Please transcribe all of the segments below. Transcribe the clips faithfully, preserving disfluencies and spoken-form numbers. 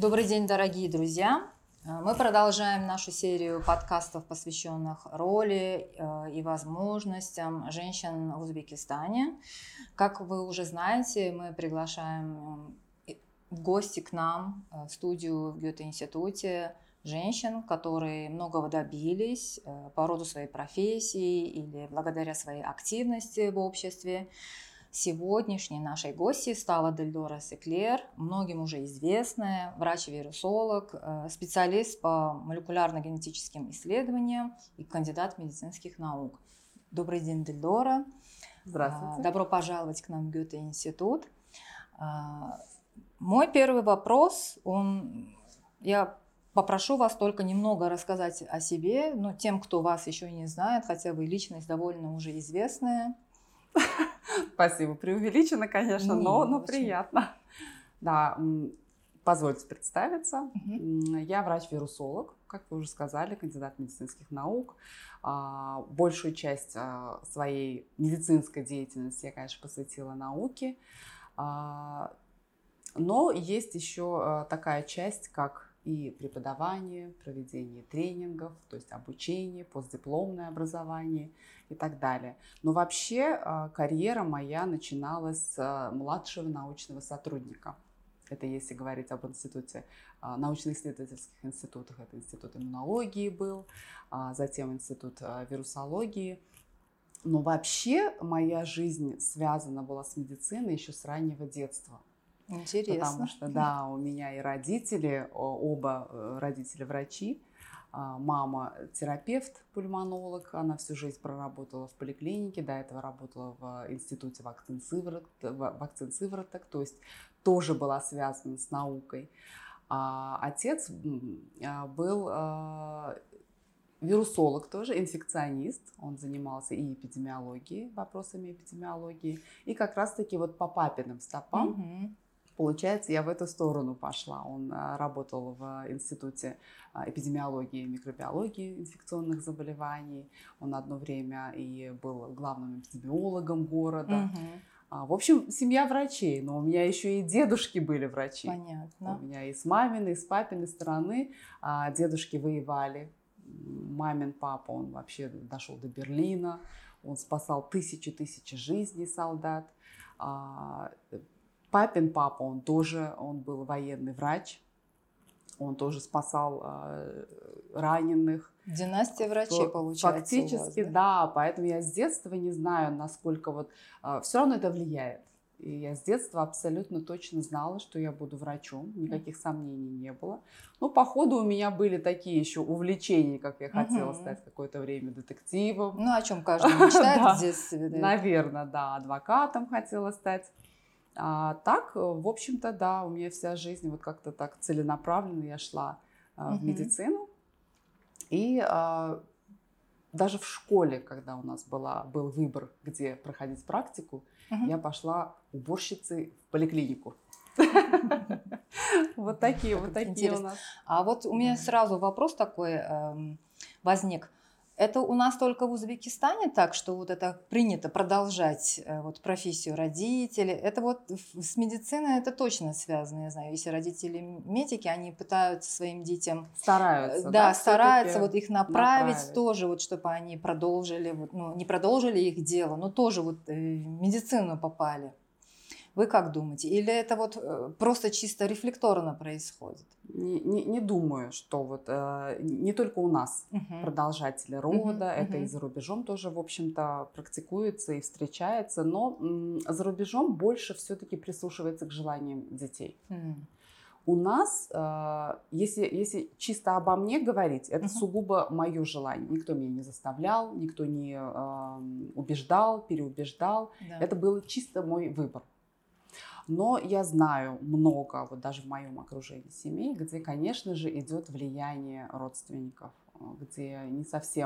Добрый день, дорогие друзья! Мы продолжаем нашу серию подкастов, посвященных роли и возможностям женщин в Узбекистане. Как вы уже знаете, мы приглашаем в гости к нам в студию в Гёте-институте женщин, которые многого добились по роду своей профессии или благодаря своей активности в обществе. Сегодняшней нашей гостьей стала Дельдора Секлер, многим уже известная врач-вирусолог, специалист по молекулярно-генетическим исследованиям и кандидат медицинских наук. Добрый день, Дельдора. Здравствуйте. Добро пожаловать к нам в Гёте-институт. Мой первый вопрос, он, я попрошу вас только немного рассказать о себе, но тем, кто вас еще не знает, хотя вы личность довольно уже известная. Спасибо, преувеличено, конечно, Не, но, но очень. приятно. Да, позвольте представиться. Угу. Я врач-вирусолог, как вы уже сказали, кандидат медицинских наук. Большую часть своей медицинской деятельности я, конечно, посвятила науке. Но есть еще такая часть, как и преподавание, проведение тренингов, то есть обучение, постдипломное образование и так далее. Но вообще карьера моя начиналась с младшего научного сотрудника. Это если говорить об институте, научно-исследовательских институтах. Это институт иммунологии был, затем институт вирусологии. Но вообще моя жизнь связана была с медициной еще с раннего детства. Интересно. Потому что, да, у меня и родители, оба родители врачи. Мама терапевт, пульмонолог, она всю жизнь проработала в поликлинике, до этого работала в институте вакцин сывороток, вакцин сывороток, то есть тоже была связана с наукой. А отец был вирусолог тоже, инфекционист, он занимался и эпидемиологией, вопросами эпидемиологии, и как раз-таки вот по папиным стопам. Угу. Получается, я в эту сторону пошла. Он работал в институте эпидемиологии и микробиологии инфекционных заболеваний. Он одно время и был главным эпидемиологом города. Угу. В общем, семья врачей, но у меня еще и дедушки были врачи. Понятно. У меня и с маминой, и с папиной стороны дедушки воевали. Мамин папа, он вообще дошел до Берлина. Он спасал тысячи-тысячи жизней солдат. Папин папа, он тоже, он был военный врач, он тоже спасал э, раненых. Династия врачей, получается. Фактически, у вас, да? да, поэтому я с детства не знаю, насколько вот, э, все равно это влияет. И я с детства абсолютно точно знала, что я буду врачом, никаких сомнений не было. Но по ходу у меня были такие еще увлечения, как я хотела угу. стать какое-то время детективом. Ну, о чем каждый мечтает в детстве. Наверное, да, адвокатом хотела стать. А так, в общем-то, да, у меня вся жизнь вот как-то так целенаправленно я шла а, в медицину. И а, даже в школе, когда у нас была, был выбор, где проходить практику, uh-huh. я пошла уборщицей в поликлинику. Вот такие вот такие у нас. А вот у меня сразу вопрос такой возник. Это у нас только в Узбекистане так, что вот это принято продолжать вот, профессию родителей? Это вот с медициной это точно связано, я знаю. Если родители медики, они пытаются своим детям... Стараются. Да, да стараются вот их направить, направить тоже, вот, чтобы они продолжили, вот, ну, не продолжили их дело, но тоже вот в медицину попали. Вы как думаете? Или это вот просто чисто рефлекторно происходит? Не, не, не думаю, что вот э, не только у нас uh-huh. продолжатели рода, uh-huh. это uh-huh. и за рубежом тоже, в общем-то, практикуется и встречается, но м, за рубежом больше все-таки прислушивается к желаниям детей. Uh-huh. У нас, э, если, если чисто обо мне говорить, это uh-huh. сугубо мое желание. Никто меня не заставлял, никто не э, убеждал, переубеждал. Yeah. Это был чисто мой выбор. Но я знаю много, вот даже в моем окружении семей, где, конечно же, идет влияние родственников, где не совсем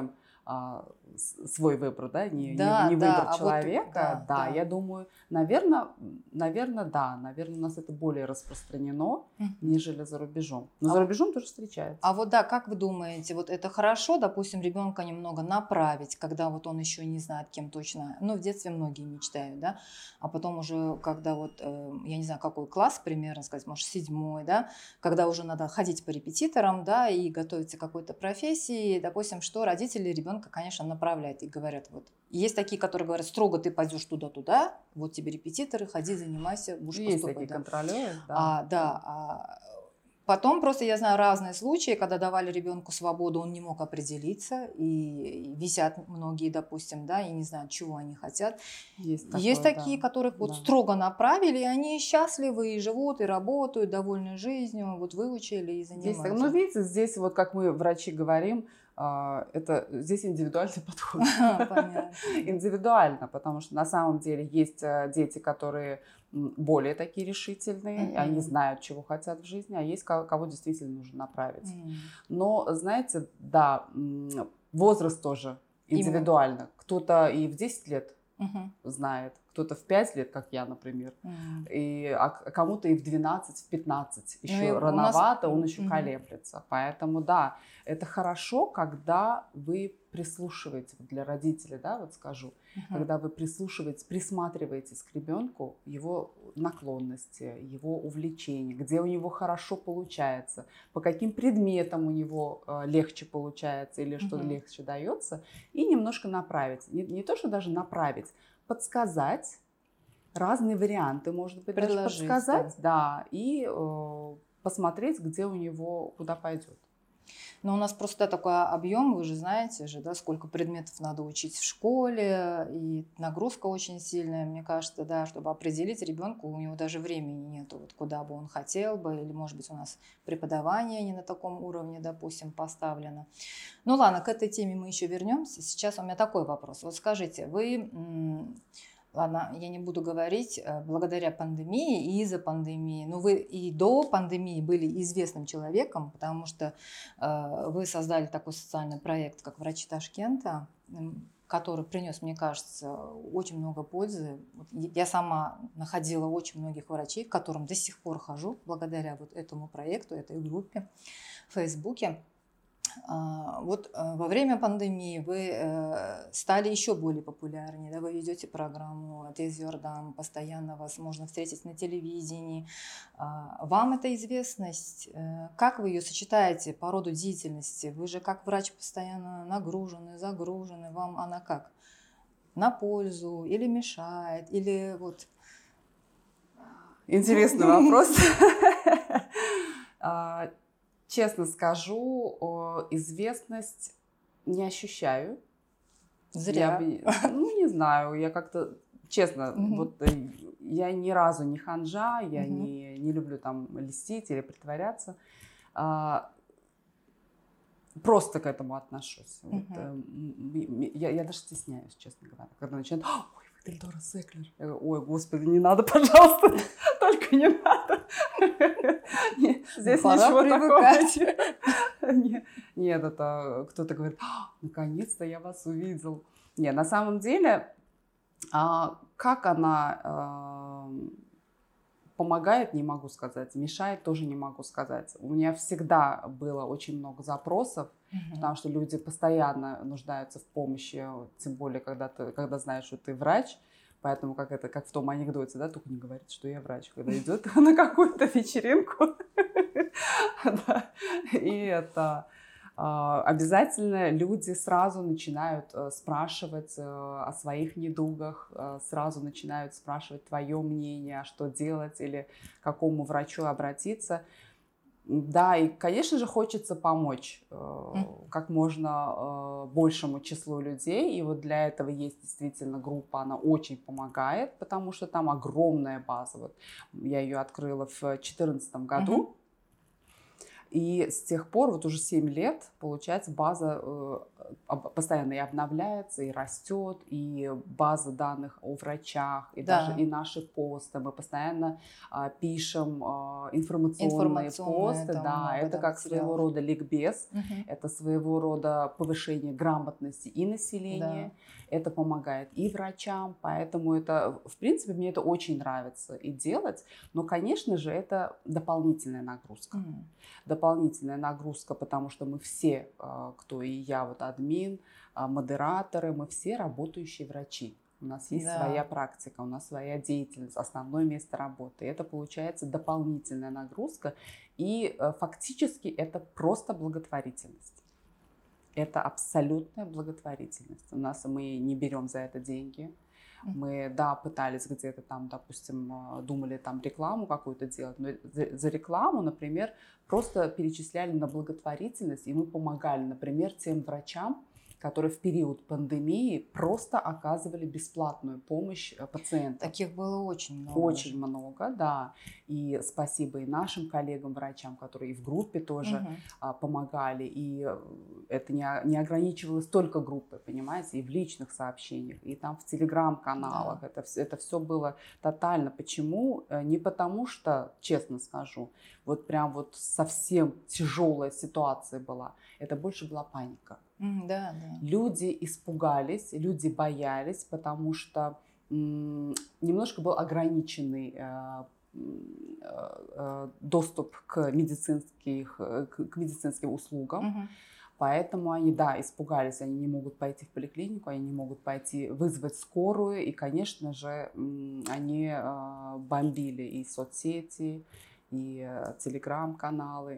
а, свой выбор, да, не, да, не, не да, выбор а человека. вот, да, да, да, я думаю, наверное, наверное, да, наверное, у нас это более распространено, угу. нежели за рубежом. Но а за рубежом тоже встречается. А вот да, как вы думаете, вот это хорошо, допустим, ребенка немного направить, когда вот он еще не знает, кем точно, ну, в детстве многие мечтают, да, а потом уже, когда вот, э, я не знаю, какой класс примерно, сказать, может, седьмой, да, когда уже надо ходить по репетиторам, да, и готовиться к какой-то профессии, допустим, что родители ребенка, конечно, направляют и говорят, вот, есть такие, которые говорят, строго ты пойдешь туда-туда, вот тебе репетиторы, ходи, занимайся, будешь есть поступать. такие да. контролеры, да. А, да, а потом просто я знаю разные случаи, когда давали ребенку свободу, он не мог определиться, и висят многие, допустим, да, и не знают, чего они хотят. Есть, такое, Есть такие, да. которых вот да. строго направили, и они счастливы, и живут, и работают, довольны жизнью, вот выучили и занимаются. Есть, ну, видите, здесь вот как мы, врачи, говорим, это здесь индивидуальный подход. Понятно. Индивидуально, потому что на самом деле есть дети, которые более такие решительные, mm-hmm. они знают, чего хотят в жизни, а есть кого действительно нужно направить. Mm-hmm. Но, знаете, да, возраст тоже индивидуально. Именно. Кто-то и в десять лет mm-hmm. знает, кто-то в пять лет, как я, например, mm-hmm. и, а кому-то и в двенадцать, в пятнадцать. Еще ну, рановато, нас... он еще mm-hmm. колеблется. Поэтому, да, это хорошо, когда вы прислушиваетесь, для родителей, да, вот скажу, uh-huh. когда вы прислушиваетесь, присматриваетесь к ребенку, его наклонности, его увлечения, где у него хорошо получается, по каким предметам у него э, легче получается или что-то uh-huh. легче дается, и немножко направить. Не, не то, что даже направить, подсказать разные варианты, может быть, даже подсказать, да, и э, посмотреть, где у него, куда пойдет. Но у нас просто такой объем, вы же знаете же, да, сколько предметов надо учить в школе, и нагрузка очень сильная, мне кажется, да, чтобы определить ребенку, у него даже времени нету, вот куда бы он хотел бы, или, может быть, у нас преподавание не на таком уровне, допустим, поставлено. Ну ладно, к этой теме мы еще вернемся. Сейчас у меня такой вопрос. Вот скажите, вы... Ладно, я не буду говорить, благодаря пандемии и из-за пандемии. Но вы и до пандемии были известным человеком, потому что э, вы создали такой социальный проект, как «Врачи Ташкента», который принес, мне кажется, очень много пользы. Я сама находила очень многих врачей, к которым до сих пор хожу, благодаря вот этому проекту, этой группе в Фейсбуке. Вот во время пандемии вы стали еще более популярнее, да, вы ведете программу «Тез Йордан», постоянно вас можно встретить на телевидении. Вам эта известность, как вы ее сочетаете по роду деятельности? Вы же как врач постоянно нагружены, загружены, вам она как? На пользу или мешает, или вот... Интересный вопрос. Честно скажу, известность не ощущаю. Зря. Я, ну, не знаю, я как-то, честно, угу. вот я ни разу не ханжа, я угу. не, не люблю там льстить или притворяться. А, просто к этому отношусь. Угу. Вот, я, я даже стесняюсь, честно говоря, когда начинают... Ой, вы Эльдора Зеклер. Я говорю, ой, господи, не надо, пожалуйста, только не надо. Здесь ничего такого. Нет, это кто-то говорит, наконец-то я вас увидел. Нет, на самом деле, как она помогает, не могу сказать, мешает, тоже не могу сказать. У меня всегда было очень много запросов, угу. потому что люди постоянно нуждаются в помощи, тем более, когда, ты, когда знаешь, что ты врач. Поэтому, как это, как в том анекдоте, да, только не говорит, что я врач, когда идет на какую-то вечеринку. И это обязательно люди сразу начинают спрашивать о своих недугах, сразу начинают спрашивать твое мнение, что делать или к какому врачу обратиться. Да, и, конечно же, хочется помочь э, как можно э, большему числу людей. И вот для этого есть действительно группа, она очень помогает, потому что там огромная база. Вот я ее открыла в две тысячи четырнадцатом году. Uh-huh. И с тех пор, вот уже семь лет, получается, база э, постоянно и обновляется, и растет, и база данных о врачах, и Да. даже и наши посты. Мы постоянно а, пишем а, информационные, Информационные, посты. там Да, много, это да, как материалов. своего рода ликбез, Мгм. это своего рода повышение грамотности и населения. Это помогает и врачам, поэтому это, в принципе, мне это очень нравится и делать. Но, конечно же, это дополнительная нагрузка. Мгм. Дополнительная нагрузка, потому что мы все, кто и я, вот админ, модераторы, мы все работающие врачи. У нас есть Да. своя практика, у нас своя деятельность, основное место работы. И это получается дополнительная нагрузка. И фактически это просто благотворительность. Это абсолютная благотворительность. У нас мы не берем за это деньги. Мы, да, пытались где-то там, допустим, думали там рекламу какую-то делать, но за, за рекламу, например, просто перечисляли на благотворительность, и мы помогали, например, тем врачам, которые в период пандемии просто оказывали бесплатную помощь пациентам. Таких было очень много. Очень даже. много, да. И спасибо и нашим коллегам-врачам, которые и в группе тоже Мгм. а, помогали. И это не, не ограничивалось только группой, понимаете, и в личных сообщениях, и там в телеграм-каналах. Да. Это, вс- это все было тотально. Почему? Э, Не потому что, честно скажу, вот прям вот совсем тяжелая ситуация была. Это больше была паника. М, Да, да. Люди испугались, люди боялись, потому что м, немножко был ограниченный э, м, э, доступ к, медицинских, э, к, к медицинским услугам. Мгм. Поэтому они, да, испугались, они не могут пойти в поликлинику, они не могут пойти вызвать скорую. И, конечно же, м, они э, бомбили и соцсети, и э, телеграм-каналы.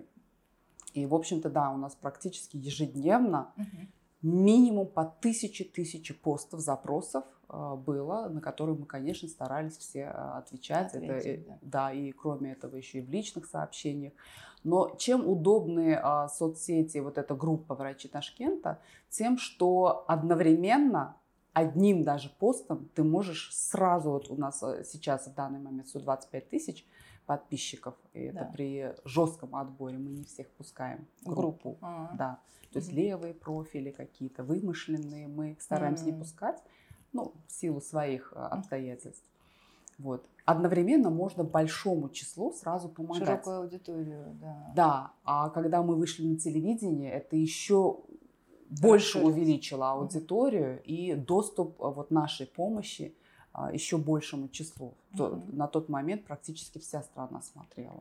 И, в общем-то, да, у нас практически ежедневно Мгм. минимум по тысяче тысячи постов, запросов э, было, на которые мы, конечно, старались все э, отвечать. Это, Ответить, э, да. да, и кроме этого еще и в личных сообщениях. Но чем удобны э, соцсети, вот эта группа «Врачи Ташкента», тем, что одновременно одним даже постом ты можешь сразу, вот у нас э, сейчас в данный момент сто двадцать пять тысяч подписчиков, и это Да. при жестком отборе, мы не всех пускаем в В группу. группу. А. Да. То есть Мгм. левые профили какие-то, вымышленные, мы их стараемся не М. пускать, ну, в силу своих а, обстоятельств. Вот. Одновременно можно большому числу сразу помогать. Широкую аудиторию, да. Да, а когда мы вышли на телевидение, это еще больше Расширилось. увеличило аудиторию и доступ а, вот нашей помощи а, еще большему числу. То- Мгм. На тот момент практически вся страна смотрела.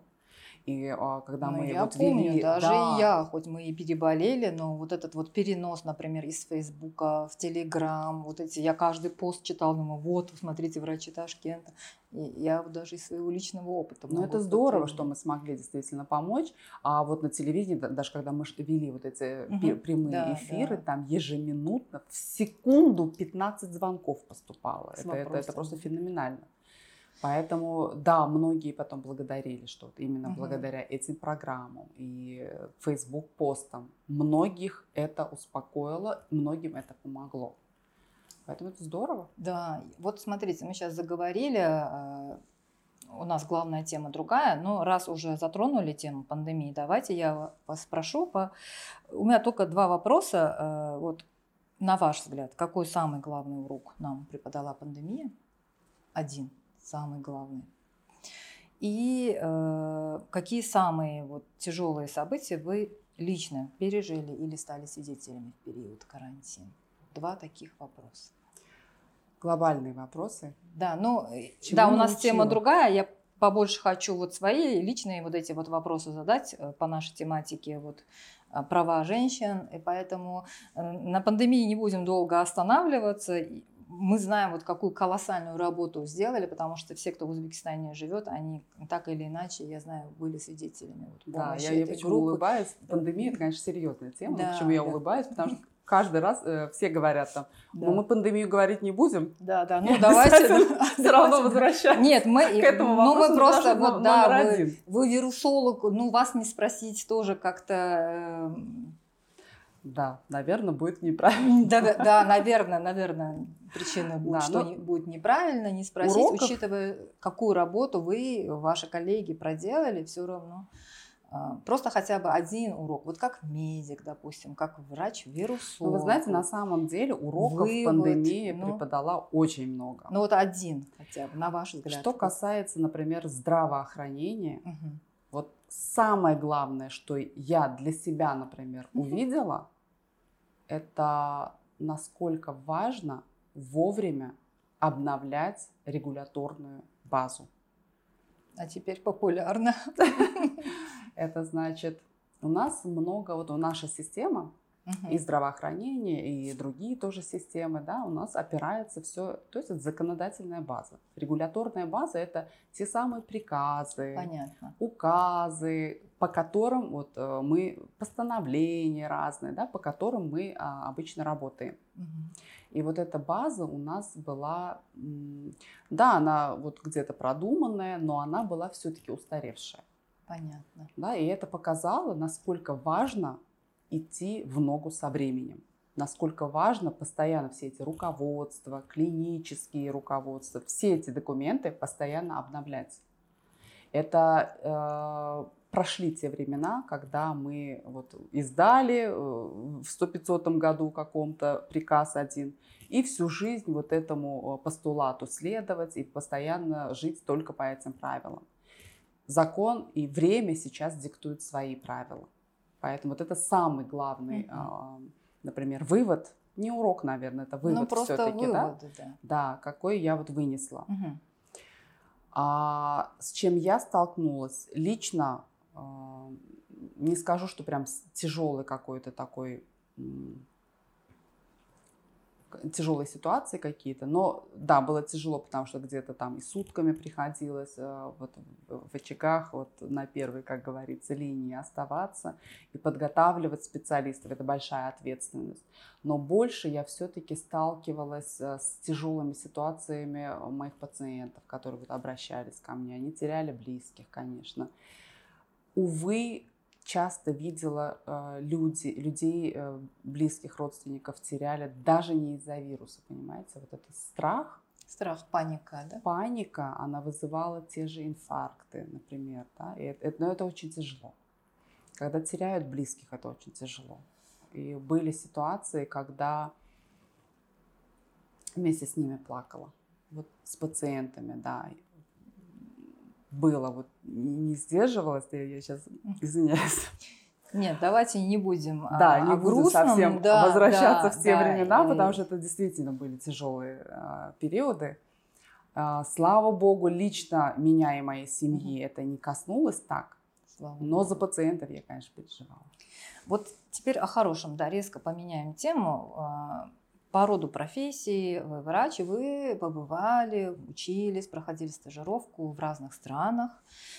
И а, когда Ну, мы я вот помню, вели, даже да, и я, хоть мы и переболели, но вот этот вот перенос, например, из Фейсбука в Телеграм, вот эти, я каждый пост читал, думаю, вот, смотрите, врачи Ташкента. И я вот даже из своего личного опыта Ну, могу это здорово, подтвердить. что мы смогли действительно помочь. А вот на телевидении, да- даже когда мы ш- вели вот эти Мгм. пе- прямые Да, эфиры, да. там ежеминутно, в секунду пятнадцать звонков поступало. С Это, это, это вопросами. просто феноменально. Поэтому, да, многие потом благодарили, что вот именно Мгм. благодаря этим программам и Facebook-постам многих это успокоило, многим это помогло. Поэтому это здорово. Да, вот смотрите, мы сейчас заговорили, э, у нас главная тема другая, но раз уже затронули тему пандемии, давайте я вас спрошу. По... У меня только два вопроса. э, Вот на ваш взгляд, какой самый главный урок нам преподала пандемия? Один, самый главный. И э, какие самые вот тяжелые события вы лично пережили или стали свидетелями в период карантина? Два таких вопроса. Глобальные вопросы. Да, ну, Чему да, у нас научила? тема другая. Я побольше хочу вот свои личные вот эти вот вопросы задать э, по нашей тематике, вот э, права женщин, и поэтому э, на пандемии не будем долго останавливаться. И мы знаем, вот какую колоссальную работу сделали, потому что все, кто в Узбекистане живет, они так или иначе, я знаю, были свидетелями вот Да, помощи я, я этой почему группы. улыбаюсь. Пандемия, это, конечно, серьезная тема. Да, но почему я да. улыбаюсь? Потому что каждый раз э, все говорят там, Да. ну мы пандемию говорить не будем. Да, да, И ну давайте. обязательно все равно давайте. возвращаемся. Нет, мы, к этому ну, вопросу, мы просто, потому что вот, это да, номер вы, один. вы вирусолог, ну, вас не спросить тоже как-то... э, Да, наверное, будет неправильно. Да, да, наверное, наверное, причина будет, Да, что но не- будет неправильно, не спросить, уроков- учитывая, какую работу вы, ваши коллеги проделали, все равно Просто хотя бы один урок, вот как медик, допустим, как врач-вирусолог. Ну, вы знаете, на самом деле уроков Вывод, пандемия ну, преподала очень много. Ну вот один хотя бы, на ваш взгляд. Что касается, например, здравоохранения, угу. вот самое главное, что я для себя, например, угу. увидела, это насколько важно вовремя обновлять регуляторную базу. А теперь популярно. Это значит, у нас много, вот наша система, uh-huh. и здравоохранение, и другие тоже системы, да, у нас опирается все, то есть это законодательная база. Регуляторная база – это те самые приказы, Понятно. указы, по которым вот мы, постановления разные, да, по которым мы а, обычно работаем. Uh-huh. И вот эта база у нас была, да, она вот где-то продуманная, но она была все-таки устаревшая. Понятно. Да, и это показало, насколько важно идти в ногу со временем. Насколько важно постоянно все эти руководства, клинические руководства, все эти документы постоянно обновлять. Это э, прошли те времена, когда мы вот издали в сто-пятисотом году каком-то приказ один, и всю жизнь вот этому постулату следовать и постоянно жить только по этим правилам. Закон и время сейчас диктуют свои правила. Поэтому вот это самый главный, mm-hmm. например, вывод, не урок, наверное, это вывод ну, просто все-таки, выводы, да? да? Да, какой я вот вынесла. Mm-hmm. А с чем я столкнулась лично, не скажу, что прям тяжелый какой-то такой, тяжелые ситуации какие-то, но да, было тяжело, потому что где-то там и сутками приходилось вот, в очагах вот, на первой, как говорится, линии оставаться и подготавливать специалистов. Это большая ответственность. Но больше я все-таки сталкивалась с тяжелыми ситуациями моих пациентов, которые вот обращались ко мне. Они теряли близких, конечно. Увы, часто видела э, люди, людей, э, близких родственников теряли даже не из-за вируса, понимаете? Вот этот страх. Страх, паника, да? Паника, она вызывала те же инфаркты, например. Да? И это, это, но это очень тяжело. Когда теряют близких, это очень тяжело. И были ситуации, когда вместе с ними плакала. Вот с пациентами, да. Было, вот не сдерживалась, я сейчас извиняюсь. Нет, давайте не будем да, о, не о будем грустном, совсем да, возвращаться да, в те да, времена, и... потому что это действительно были тяжелые а, периоды. А, слава богу, лично меня и моей семьи угу. это не коснулось так, слава но богу. За пациентов я, конечно, переживала. Вот теперь о хорошем, да, резко поменяем тему. По роду профессии вы врач, и вы побывали, учились, проходили стажировку в разных странах,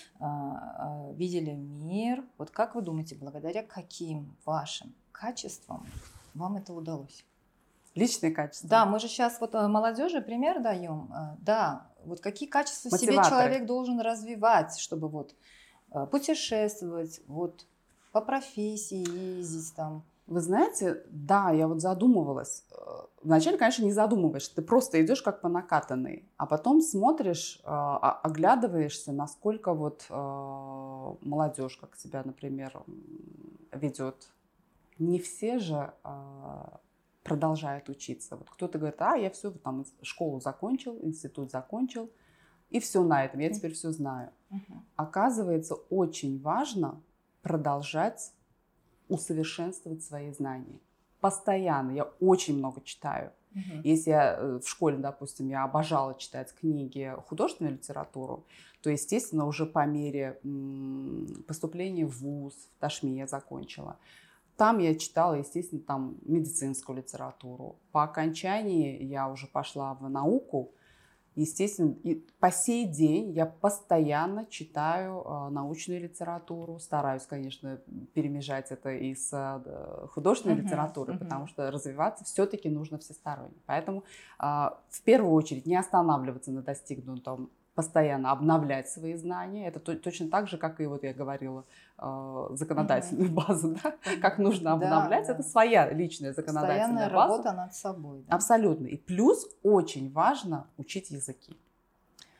видели мир. Вот как вы думаете, благодаря каким вашим качествам вам это удалось? Личные качества? Да, мы же сейчас вот молодежи пример даем. Да, вот какие качества в себе человек должен развивать, чтобы вот путешествовать, вот по профессии ездить там. Вы знаете, да, я вот задумывалась. Вначале, конечно, не задумываешься, ты просто идешь как по накатанной, а потом смотришь, оглядываешься, насколько вот молодежь, как себя, например, ведет. Не все же продолжают учиться. Вот кто-то говорит, а, я все, там школу закончил, институт закончил, и все на этом, я теперь все знаю. Uh-huh. Оказывается, очень важно продолжать усовершенствовать свои знания. Постоянно. Я очень много читаю. Uh-huh. Если я в школе, допустим, я обожала читать книги, художественную литературу, то, естественно, уже по мере поступления в вуз, в Ташми я закончила. Там я читала, естественно, там медицинскую литературу. По окончании я уже пошла в науку. Естественно, и по сей день я постоянно читаю э, научную литературу, стараюсь, конечно, перемежать это и с э, художественной uh-huh, литературой, uh-huh. потому что развиваться все-таки нужно всесторонне. Поэтому э, в первую очередь не останавливаться на достигнутом, постоянно обновлять свои знания. Это то, точно так же, как и вот я говорила, э, законодательную uh-huh. базу, да? Как нужно обновлять. Да, это да. своя личная законодательная Постоянная база. Работа над собой. Да? Абсолютно. И плюс очень важно учить языки.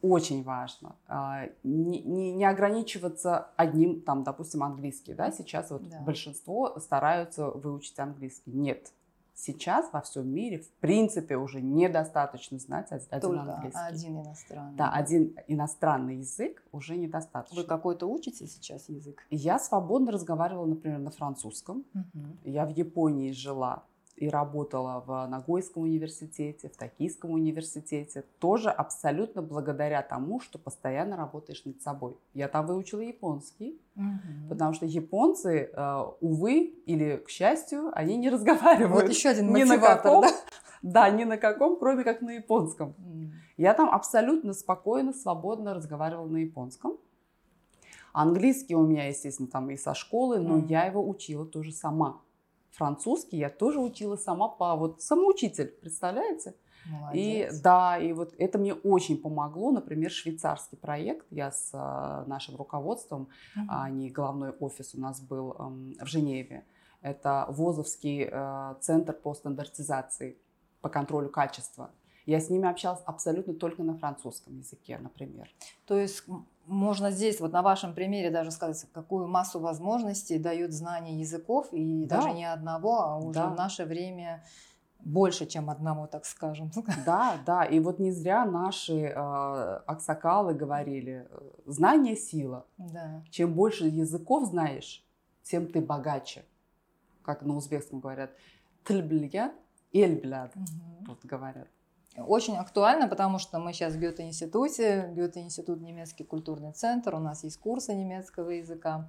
очень важно. Не, не, не ограничиваться одним, там, допустим, английский. Да? Сейчас вот да. большинство стараются выучить английский. Нет. Сейчас во всем мире, в принципе, уже недостаточно знать один Только английский. один иностранный. Да, один иностранный язык уже недостаточно. Вы какой-то учите сейчас язык? Я свободно разговаривала, например, на французском. Угу. Я в Японии жила и работала в Нагойском университете, в Токийском университете. Тоже абсолютно благодаря тому, что постоянно работаешь над собой. Я там выучила японский, угу. потому что японцы, увы, или к счастью, они не разговаривают. Вот еще один мотиватор, ни на каком, да? Да, ни на каком, кроме как на японском. Mm. Я там абсолютно спокойно, свободно разговаривала на японском. Английский у меня, естественно, там и со школы, но mm. я его учила тоже сама. Французский я тоже учила сама по вот самоучитель, представляете? Молодец. И да, и вот это мне очень помогло. Например, швейцарский проект. Я с а, нашим руководством, mm-hmm. а не главной офис у нас был а, в Женеве. Это ВОЗовский а, центр по стандартизации, по контролю качества. Я с ними общалась абсолютно только на французском языке, например. То есть можно здесь, вот на вашем примере даже сказать, какую массу возможностей дает знание языков, и да. даже не одного, а уже да. в наше время больше, чем одного, так скажем. Да, да, и вот не зря наши э, аксакалы говорили, знание – сила. Да. Чем больше языков знаешь, тем ты богаче. Как на узбекском говорят, «тіл білген, ел біледі», вот говорят. Очень актуально, потому что мы сейчас в Гёте-институте, Гёте-институт немецкий культурный центр, у нас есть курсы немецкого языка.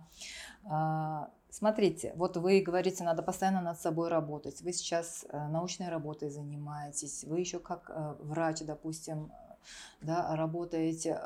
Смотрите, вот вы говорите, надо постоянно над собой работать. Вы сейчас научной работой занимаетесь, вы еще как врач, допустим, да, работаете,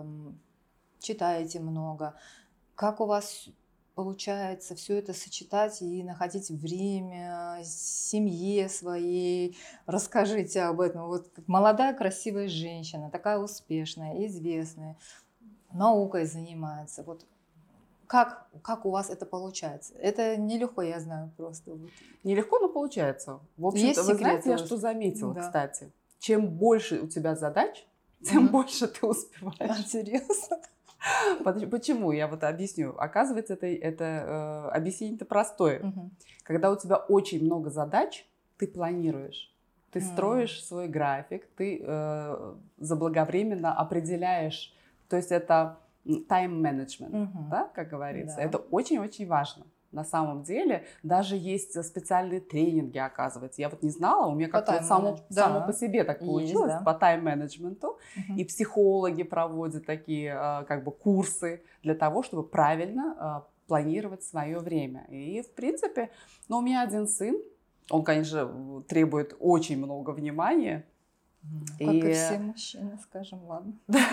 читаете много. Как у вас получается все это сочетать и находить время семье своей? Расскажите об этом. Вот молодая красивая женщина, такая успешная, известная, наукой занимается. Вот как, как у вас это получается? Это нелегко, я знаю, просто. Нелегко, но получается. В общем-то, вы знаете, я что заметила, да. кстати? Чем больше у тебя задач, тем угу. больше ты успеваешь. А, серьезно? Почему? Я вот объясню. Оказывается, это, это э, объяснение-то простое. Угу. Когда у тебя очень много задач, ты планируешь, ты строишь mm. свой график, ты э, заблаговременно определяешь, то есть это time management, угу. да, как говорится. Да. Это очень-очень важно. На самом деле даже есть специальные тренинги, оказывается. Я вот не знала, у меня как-то само, да. само по себе так получилось, есть, да. по тайм-менеджменту. Угу. И психологи проводят такие как бы курсы для того, чтобы правильно планировать свое время. И в принципе, ну, у меня один сын, он, конечно, требует очень много внимания. Как и, и все мужчины, скажем, ладно.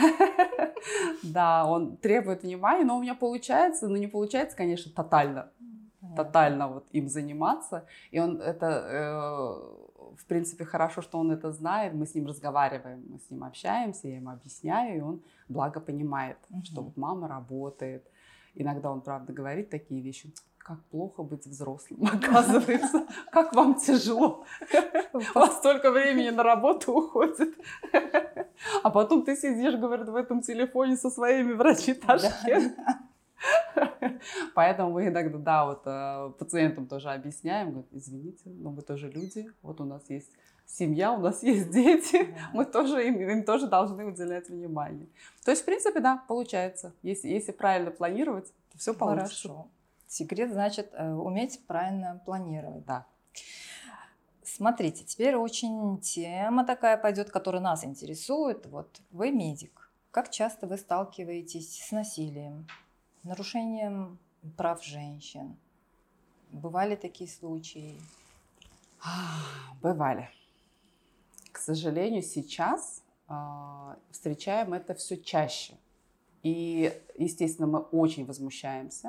Да, он требует внимания, но у меня получается, но не получается, конечно, тотально. тотально вот им заниматься. И он это, э, в принципе, хорошо, что он это знает. Мы с ним разговариваем, мы с ним общаемся, я ему объясняю, и он благо понимает, uh-huh. что вот мама работает. Иногда он, правда, говорит такие вещи. Как плохо быть взрослым, оказывается. Как вам тяжело. У вас столько времени на работу уходит. А потом ты сидишь, говорит, в этом телефоне со своими врачи-ташки. Поэтому мы иногда, да, вот пациентам тоже объясняем. Говорят, извините, но мы тоже люди. Вот у нас есть семья, у нас есть дети. Мы тоже им, им тоже должны уделять внимание. То есть, в принципе, да, получается. Если, если правильно планировать, то все получится. Хорошо. Секрет, значит, уметь правильно планировать. Да. Смотрите, теперь очень тема такая пойдет, которая нас интересует. Вот вы медик. Как часто вы сталкиваетесь с насилием, нарушением прав женщин? Бывали такие случаи? Бывали. К сожалению, сейчас э, встречаем это все чаще. И, естественно, мы очень возмущаемся.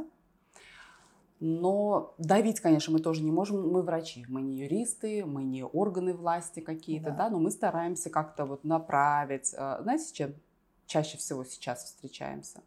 Но давить, конечно, мы тоже не можем. Мы врачи, мы не юристы, мы не органы власти какие-то, да, да но мы стараемся как-то вот направить. Знаете, с чем чаще всего сейчас встречаемся?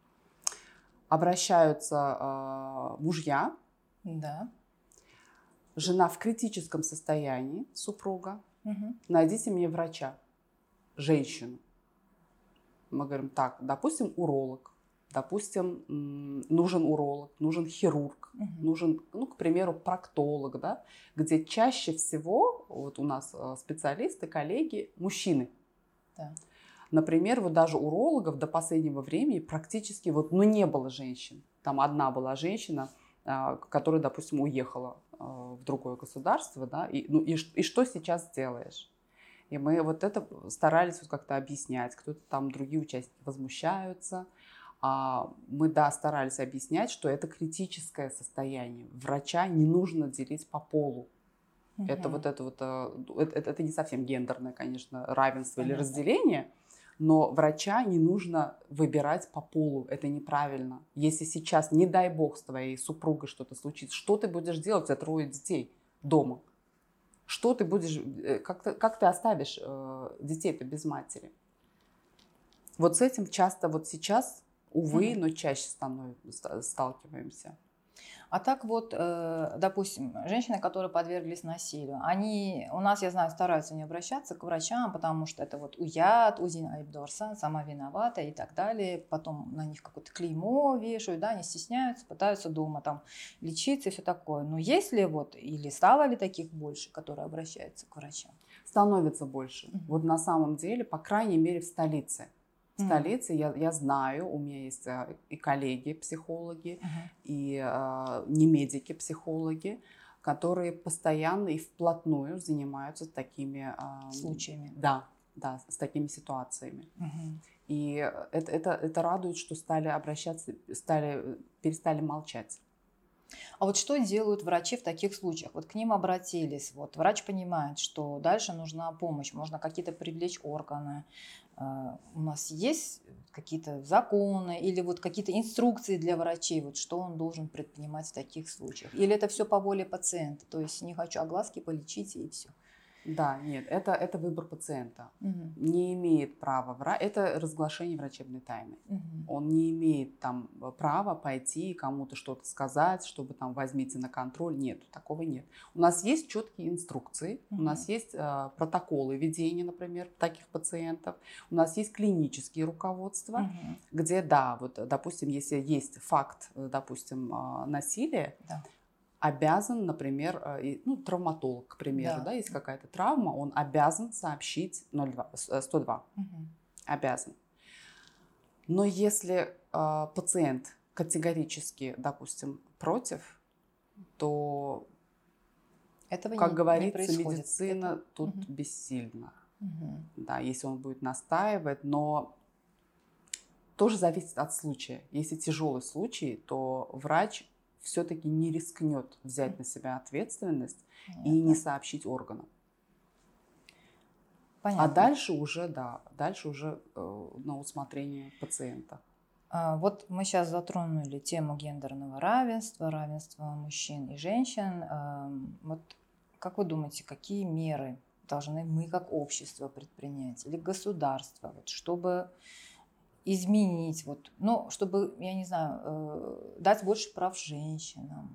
Обращаются э, мужья, да. жена в критическом состоянии, супруга. Угу. Найдите мне врача, женщину. Мы говорим, так, допустим, уролог, допустим, нужен уролог, нужен хирург, угу. нужен, ну, к примеру, проктолог, да, где чаще всего вот у нас специалисты, коллеги, мужчины. Да. Например, вот даже урологов до последнего времени практически вот, ну, не было женщин. Там одна была женщина, которая, допустим, уехала в другое государство, да, и, ну, и, и что сейчас делаешь? И мы вот это старались вот как-то объяснять. Кто-то там, другие участники возмущаются. А мы, да, старались объяснять, что это критическое состояние. Врача не нужно делить по полу. Угу. Это вот это вот, это, это не совсем гендерное, конечно, равенство Понятно. Или разделение, но врача не нужно выбирать по полу. Это неправильно. Если сейчас, не дай бог, с твоей супругой что-то случится, что ты будешь делать? У тебя трое детей дома. Что ты будешь, как ты, как ты оставишь э, детей-то без матери? Вот с этим часто вот сейчас, увы, mm-hmm. но чаще становимся, сталкиваемся. А так вот, э, допустим, женщины, которые подверглись насилию, они, у нас, я знаю, стараются не обращаться к врачам, потому что это вот уят, узин айбдорсан, сама виновата и так далее. Потом на них какое-то клеймо вешают, да, они стесняются, пытаются дома там лечиться и все такое. Но есть ли вот, или стало ли таких больше, которые обращаются к врачам? Становится больше. Mm-hmm. Вот на самом деле, по крайней мере, в столице. В столице я, я знаю, у меня есть и коллеги, психологи, uh-huh. и э, не медики, психологи, которые постоянно и вплотную занимаются такими э, случаями. Да, да, с такими ситуациями. Uh-huh. И это, это, это радует, что стали обращаться, стали, перестали молчать. А вот что делают врачи в таких случаях? Вот к ним обратились, вот врач понимает, что дальше нужна помощь, можно какие-то привлечь органы. У нас есть какие-то законы или вот какие-то инструкции для врачей, вот что он должен предпринимать в таких случаях? Или это все по воле пациента, то есть не хочу огласки, полечите и все? Да, нет, это, это выбор пациента. Угу. Не имеет права врач, это разглашение врачебной тайны. Угу. Он не имеет там права пойти кому-то что-то сказать, чтобы там возьмите на контроль. Нет, такого нет. У нас есть четкие инструкции, угу. у нас есть э, протоколы ведения, например, таких пациентов. У нас есть клинические руководства, угу. где, да, вот, допустим, если есть факт, допустим, э, насилия, да. обязан, например, ну, травматолог, к примеру, да. Да, есть какая-то травма, он обязан сообщить сто два. Угу. Обязан. Но если э, пациент категорически, допустим, против, то, этого как не, говорится, не медицина Это... тут угу. бессильна. Угу. Да, если он будет настаивать, но тоже зависит от случая. Если тяжелый случай, то врач все-таки не рискнет взять на себя ответственность Понятно. И не сообщить органам. Понятно. А дальше уже, да, дальше уже э, на усмотрение пациента. А, вот мы сейчас затронули тему гендерного равенства, равенства мужчин и женщин. А, вот как вы думаете, какие меры должны мы как общество предпринять или государство, вот, чтобы изменить, вот, ну, чтобы, я не знаю, э, дать больше прав женщинам?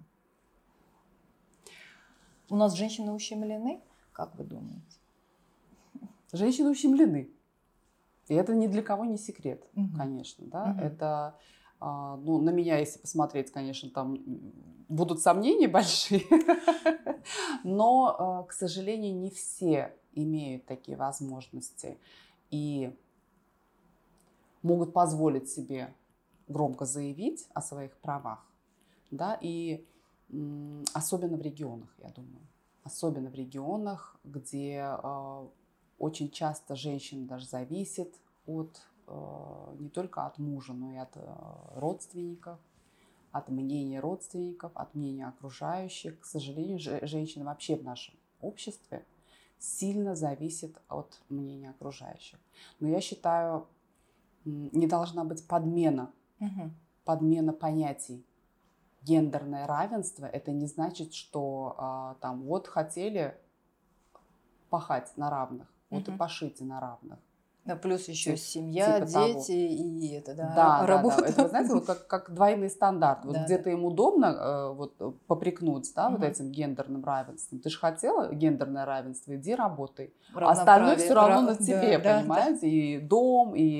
У нас женщины ущемлены, как вы думаете? Женщины ущемлены. И это ни для кого не секрет, угу. конечно. Да? Угу. Это, э, ну, на меня, если посмотреть, конечно, там будут сомнения большие. Но, э, к сожалению, не все имеют такие возможности. И могут позволить себе громко заявить о своих правах, да, и м, особенно в регионах, я думаю, особенно в регионах, где э, очень часто женщина даже зависит от, э, не только от мужа, но и от э, родственников, от мнения родственников, от мнения окружающих. К сожалению, же, женщина вообще в нашем обществе сильно зависит от мнения окружающих. Но я считаю, не должна быть подмена, угу. подмена понятий. Гендерное равенство – это не значит, что а, там вот хотели пахать на равных, угу. вот и пашите на равных. Да, плюс еще Тип, семья, типа дети того. И это, да, да, работа. Да, да. Это, вы знаете, вот как, как двойный стандарт. Вот да, где-то да. им удобно э, вот, попрекнуть, да, угу. вот этим гендерным равенством. Ты же хотела гендерное равенство, иди работай. Остальное все равно прав... на тебе, да, понимаете? Да, да. И дом, и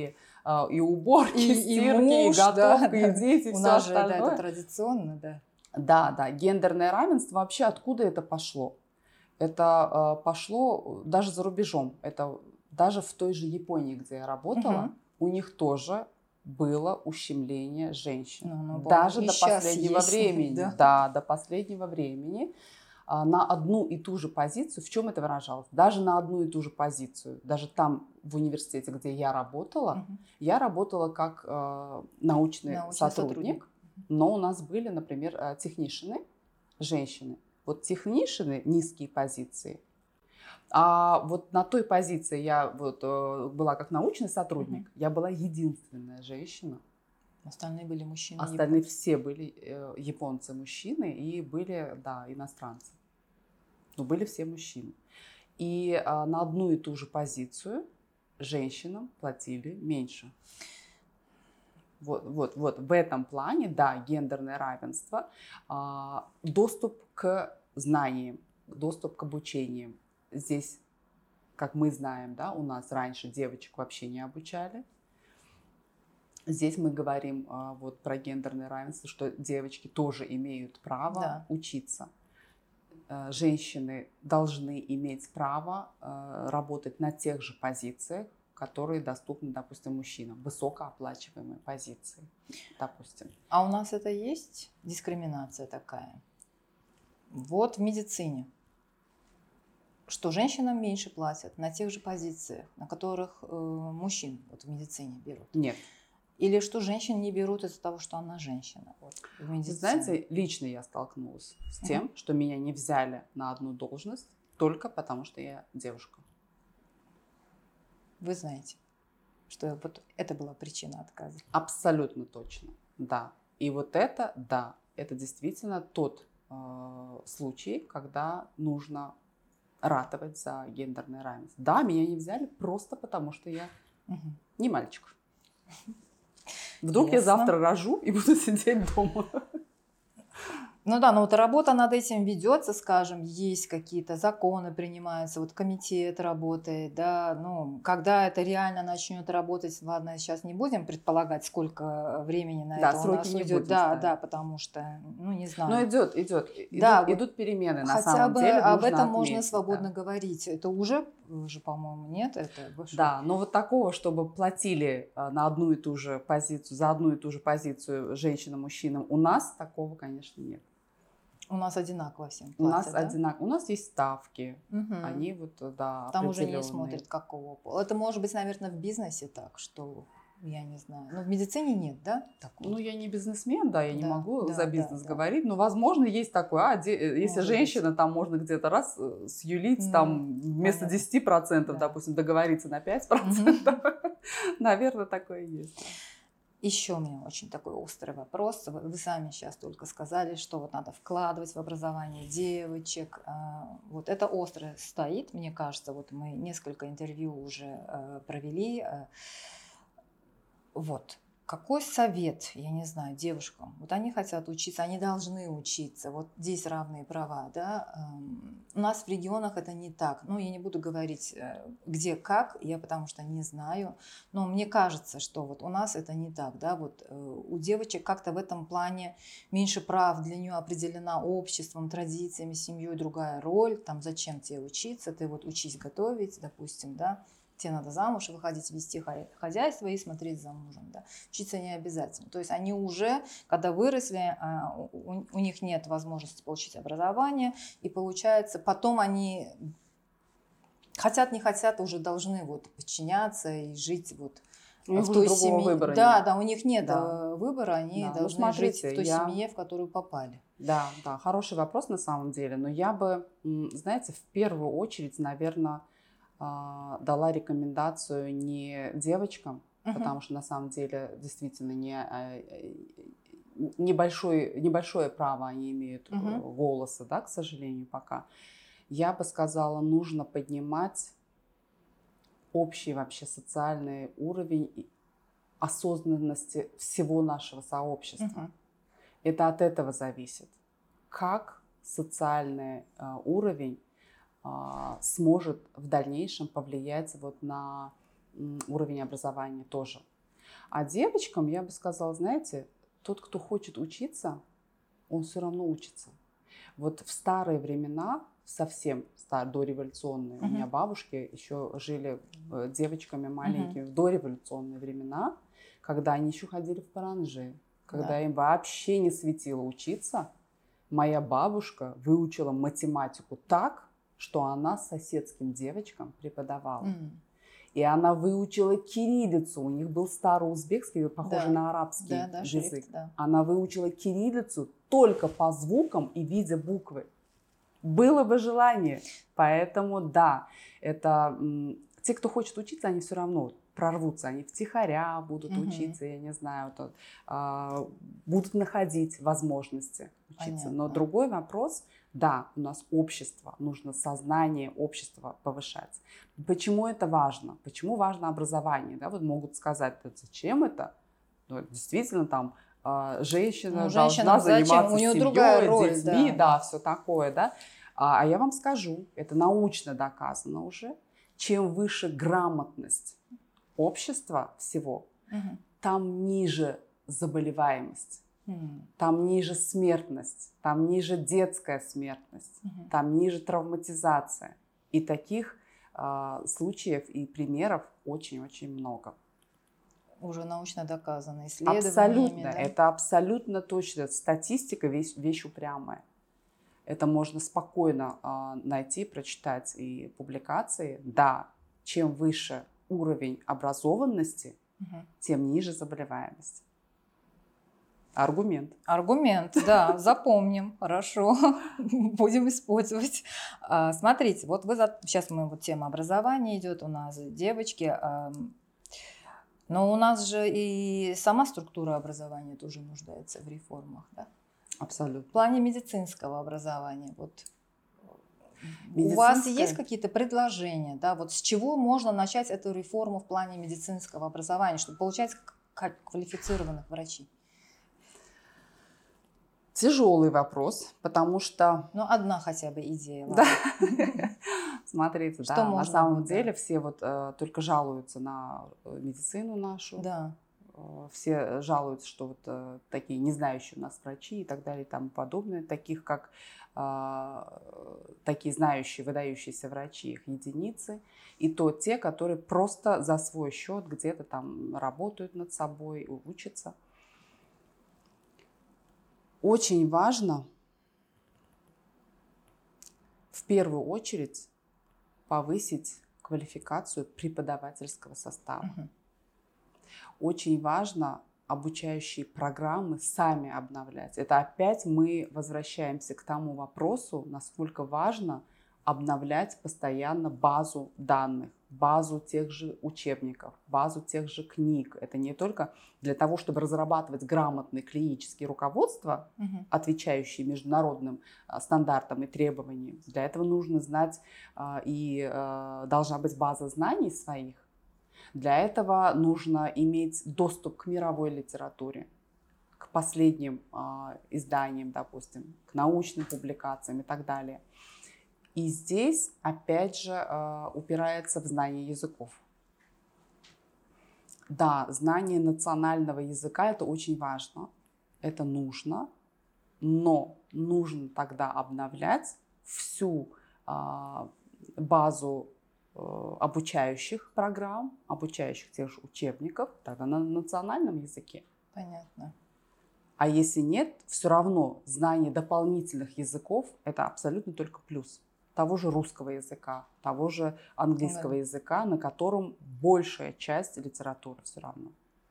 и уборки, и, стирки, и, муж, и готовка, да, и дети, и все нас остальное. Же, да, это традиционно, да. Да, да, гендерное равенство, вообще откуда это пошло? Это э, пошло даже за рубежом. Это даже в той же Японии, где я работала, угу. у них тоже было ущемление женщин. Ну, ну, даже до последнего есть, времени. Да? да, до последнего времени. А, на одну и ту же позицию, в чем это выражалось? Даже на одну и ту же позицию. Даже там, в университете, где я работала, угу. я работала как э, научный, научный сотрудник, сотрудник, но у нас были, например, технишины, женщины. Вот технишины, низкие позиции. А вот на той позиции я вот, э, была как научный сотрудник, mm-hmm. я была единственная женщина. Остальные были мужчины. Остальные японцы. Все были э, японцы мужчины и были, да, иностранцы. Но были все мужчины. И э, на одну и ту же позицию женщинам платили меньше. Вот, вот, вот в этом плане, да, гендерное равенство, э, доступ к знаниям, доступ к обучению. Здесь, как мы знаем, да, у нас раньше девочек вообще не обучали. Здесь мы говорим а, вот про гендерное равенство, что девочки тоже имеют право да. учиться. А, женщины должны иметь право а, работать на тех же позициях, которые доступны, допустим, мужчинам. Высокооплачиваемые позиции, допустим. А у нас это есть дискриминация такая? Вот в медицине. Что женщинам меньше платят на тех же позициях, на которых э, мужчин вот в медицине берут? Нет. Или что женщин не берут из-за того, что она женщина? Вот, в медицине. Знаете, лично я столкнулась с тем, uh-huh. что меня не взяли на одну должность только потому, что я девушка. Вы знаете, что вот это была причина отказа? Абсолютно точно, да. И вот это, да, это действительно тот э, случай, когда нужно ратовать за гендерное равенство. Да, меня не взяли просто потому, что я угу. не мальчик. Вдруг Ясно. Я завтра рожу и буду сидеть дома. Ну да, но вот работа над этим ведется, скажем, есть какие-то законы принимаются, вот комитет работает, да, ну, когда это реально начнет работать, ладно, сейчас не будем предполагать, сколько времени на да, это у нас уйдет, да, ставить. Да, потому что, ну, не знаю. Но идет, идет, да, идут, вот идут перемены на самом деле. Хотя бы об этом отметить, можно свободно да. говорить, это уже, уже, по-моему, нет, это выше. Да, но вот такого, чтобы платили на одну и ту же позицию, за одну и ту же позицию женщинам, мужчинам, у нас такого, конечно, нет. У нас одинаково всем платят, У нас да? одинаково. У нас есть ставки. Угу. Они вот, да, там уже не смотрят, какого пола. Это может быть, наверное, в бизнесе так, что я не знаю. Но в медицине нет, да? Такого? Ну, я не бизнесмен, да, я да, не могу да, за бизнес да, говорить. Да. Но, возможно, есть такое. А, де, если может женщина, быть. Там можно где-то раз сюлить, mm, там вместо понятно. десять процентов, да. допустим, договориться на пять процентов. Mm-hmm. Наверное, такое есть. Еще у меня очень такой острый вопрос. Вы сами сейчас только сказали, что вот надо вкладывать в образование девочек. Вот это остро стоит, мне кажется. Вот мы несколько интервью уже провели. Вот. Какой совет, я не знаю, девушкам? Вот они хотят учиться, они должны учиться. Вот здесь равные права, да? У нас в регионах это не так. Ну, я не буду говорить, где как, я потому что не знаю. Но мне кажется, что вот у нас это не так, да? Вот у девочек как-то в этом плане меньше прав, для нее определена обществом, традициями, семьей другая роль. Там зачем тебе учиться? Ты вот учись готовить, допустим, да? Тебе надо замуж выходить, вести хозяйство и смотреть за мужем. Да. Учиться не обязательно. То есть они уже, когда выросли, у, у них нет возможности получить образование. И получается, потом они хотят, не хотят, уже должны вот подчиняться и жить вот в той семье. Выбора да, нет. Да, у них нет да. выбора, они да. должны ну, смотрите, жить в той я... семье, в которую попали. Да, да, хороший вопрос на самом деле. Но я бы, знаете, в первую очередь, наверное, дала рекомендацию не девочкам, uh-huh. потому что на самом деле действительно не, небольшое, небольшое право они имеют uh-huh. голоса, да, к сожалению, пока. Я бы сказала, нужно поднимать общий вообще социальный уровень осознанности всего нашего сообщества. Uh-huh. Это от этого зависит. Как социальный uh, уровень сможет в дальнейшем повлиять вот на уровень образования тоже. А девочкам я бы сказала, знаете, тот, кто хочет учиться, он все равно учится. Вот в старые времена, совсем стар, дореволюционные, uh-huh. у меня бабушки еще жили девочками маленькими uh-huh. в дореволюционные времена, когда они еще ходили в паранджи, когда да. им вообще не светило учиться. Моя бабушка выучила математику так, что она соседским девочкам преподавала. Uh-huh. И она выучила кириллицу. У них был староузбекский, похожий да. на арабский да, да, язык. Шрифт, да. Она выучила кириллицу только по звукам и видя буквы. Было бы желание. Поэтому да, это те, кто хочет учиться, они все равно прорвутся. Они втихаря будут угу. учиться, я не знаю, то, а, будут находить возможности учиться. Понятно. Но другой вопрос, да, у нас общество, нужно сознание общества повышать. Почему это важно? Почему важно образование? Да, вот могут сказать, зачем это? Ну, действительно, там э, женщина ну, должна заниматься у нее семьей, другая роль, детьми, да, да, все такое, да. А, а я вам скажу, это научно доказано уже, чем выше грамотность общества всего, угу. там ниже заболеваемость. Там ниже смертность, там ниже детская смертность, угу. там ниже травматизация. И таких э, случаев и примеров очень-очень много. Уже научно доказано исследованиями. Абсолютно, да? Это абсолютно точно. Статистика вещь, вещь упрямая. Это можно спокойно э, найти, прочитать и публикации. Да, чем выше уровень образованности, угу. тем ниже заболеваемость. Аргумент. Аргумент, да, запомним, хорошо, будем использовать. Смотрите, вот вы, за... сейчас мы, вот тема образования идет, у нас девочки, но у нас же и сама структура образования тоже нуждается в реформах, да? Абсолютно. В плане медицинского образования, вот у вас есть какие-то предложения, да, вот с чего можно начать эту реформу в плане медицинского образования, чтобы получать квалифицированных врачей? Тяжелый вопрос, потому что... Ну, одна хотя бы идея. Да. Смотрите, что да, на самом деле да? все вот э, только жалуются на медицину нашу. Да. Э, все жалуются, что вот э, такие не знающие у нас врачи и так далее и тому подобное, таких как э, такие знающие, выдающиеся врачи, их единицы. И то те, которые просто за свой счет где-то там работают над собой, учатся. Очень важно в первую очередь повысить квалификацию преподавательского состава. Uh-huh. Очень важно обучающие программы сами обновлять. Это опять мы возвращаемся к тому вопросу, насколько важно обновлять постоянно базу данных, базу тех же учебников, базу тех же книг. Это не только для того, чтобы разрабатывать грамотные клинические руководства, угу. отвечающие международным а, стандартам и требованиям. Для этого нужно знать а, и а, должна быть база знаний своих. Для этого нужно иметь доступ к мировой литературе, к последним а, изданиям, допустим, к научным публикациям и так далее. И здесь, опять же, упирается в знание языков. Да, знание национального языка – это очень важно, это нужно, но нужно тогда обновлять всю базу обучающих программ, обучающих тех же учебников, тогда на национальном языке. Понятно. А если нет, все равно знание дополнительных языков – это абсолютно только плюс. Того же русского языка, того же английского да. языка, на котором большая часть литературы все равно.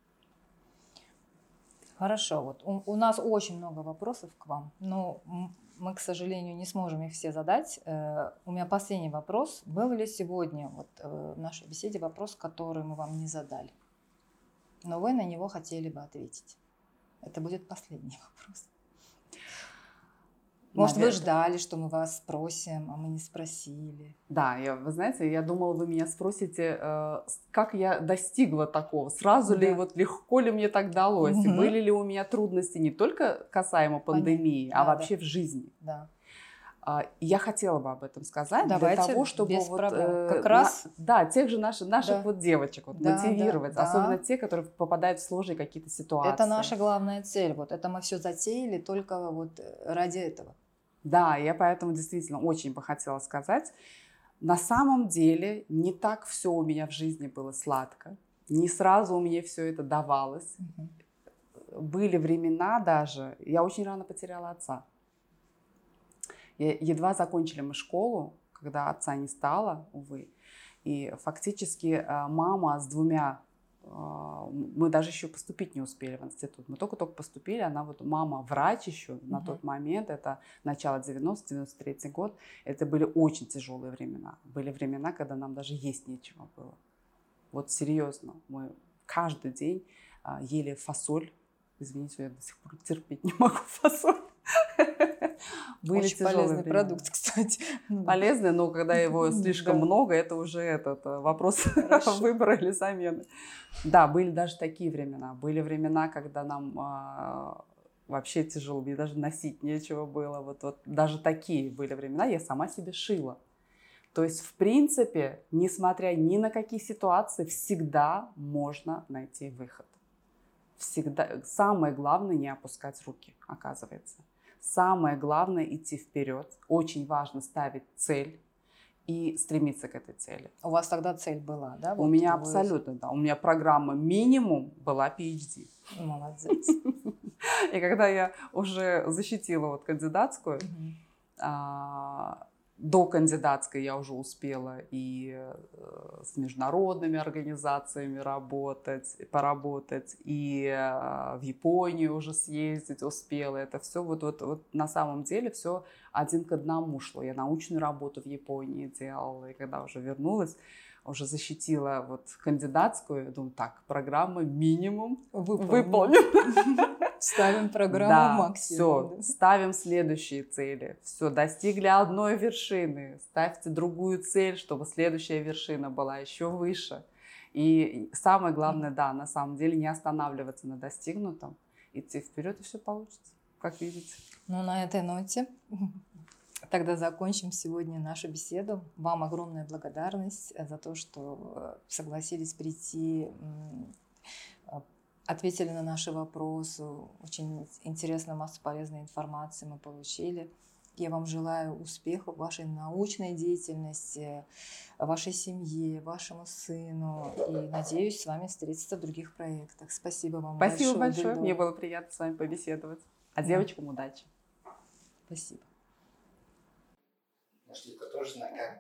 Хорошо, вот у, у нас очень много вопросов к вам, но мы, к сожалению, не сможем их все задать. Э, у меня последний вопрос. Был ли сегодня вот, э, в нашей беседе вопрос, который мы вам не задали, но вы на него хотели бы ответить? Это будет последний вопрос. Может, наверное. Вы ждали, что мы вас спросим, а мы не спросили. Да, я, вы знаете, я думала, вы меня спросите, э, как я достигла такого, сразу да. ли, вот легко ли мне так далось, угу. были ли у меня трудности не только касаемо пандемии, да, а вообще да. в жизни. Да. Я хотела бы об этом сказать. Давайте, для того, чтобы без вот, проблем. э, Как раз... на, да, тех же наших, наших да. вот девочек вот, да, мотивировать, да, особенно да. те, которые попадают в сложные какие-то ситуации. Это наша главная цель. Вот это мы все затеяли только вот ради этого. Да, я поэтому действительно очень бы хотела сказать, на самом деле не так все у меня в жизни было сладко, не сразу у меня все это давалось. Угу. Были времена даже, я очень рано потеряла отца. Я, едва закончили мы школу, когда отца не стало, увы. И фактически мама с двумя, мы даже еще поступить не успели в институт. Мы только-только поступили, она вот, мама врач еще uh-huh. на тот момент, это начало девяностых, девяносто третий год. Это были очень тяжелые времена. Были времена, когда нам даже есть нечего было. Вот серьезно, мы каждый день ели фасоль. Извините, я до сих пор терпеть не могу фасоль. Были очень полезный времена. Продукт, кстати. Полезный, но когда его слишком да. много, это уже этот вопрос выбора или замены. Да, были даже такие времена. Были времена, когда нам а, вообще тяжело, мне даже носить нечего было. Вот, вот даже такие были времена, я сама себе шила. То есть, в принципе, несмотря ни на какие ситуации, всегда можно найти выход. Всегда. Самое главное не опускать руки, оказывается. Самое главное идти вперед. Очень важно ставить цель и стремиться к этой цели. У вас тогда цель была, да? Вот у меня вы... абсолютно, да. У меня программа минимум была пи эйч ди. Молодец. И когда я уже защитила вот кандидатскую, до кандидатской я уже успела и с международными организациями работать, поработать, и в Японию уже съездить успела. Это все вот, вот, вот на самом деле все один к одному шло. Я научную работу в Японии делала, и когда уже вернулась, уже защитила вот кандидатскую, думаю, так, программа минимум выполнена. Ставим программу да, максимум. Все, да. Ставим следующие цели. Все, достигли одной вершины. Ставьте другую цель, чтобы следующая вершина была еще выше. И самое главное, да, на самом деле не останавливаться на достигнутом, идти вперед, и все получится, как видите. Ну, на этой ноте тогда закончим сегодня нашу беседу. Вам огромная благодарность за то, что согласились прийти, ответили на наши вопросы. Очень интересную массу полезной информации мы получили. Я вам желаю успехов в вашей научной деятельности, вашей семье, вашему сыну. И надеюсь с вами встретиться в других проектах. Спасибо вам Спасибо большое. большое. Большое. Мне было приятно с вами побеседовать. А да. девочкам удачи. Спасибо. Может, это тоже на камеру?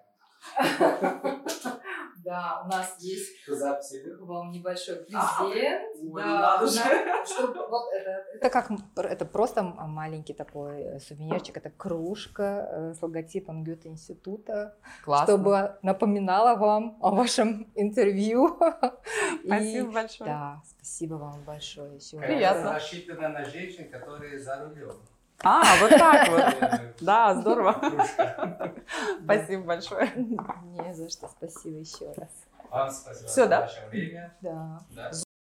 Да, у нас есть к вам небольшой презент. Ой, надо же. Это как, это просто маленький такой сувенирчик. Это кружка с логотипом Гёте-института. Классно. Чтобы напоминала вам о вашем интервью. Спасибо большое. Да, спасибо вам большое. Еще приятно. Рассчитано на женщин, которые за рулем. А, вот так вот. Да, здорово. Спасибо большое. Не за что, спасибо еще раз. Вам спасибо за ваше время. Да.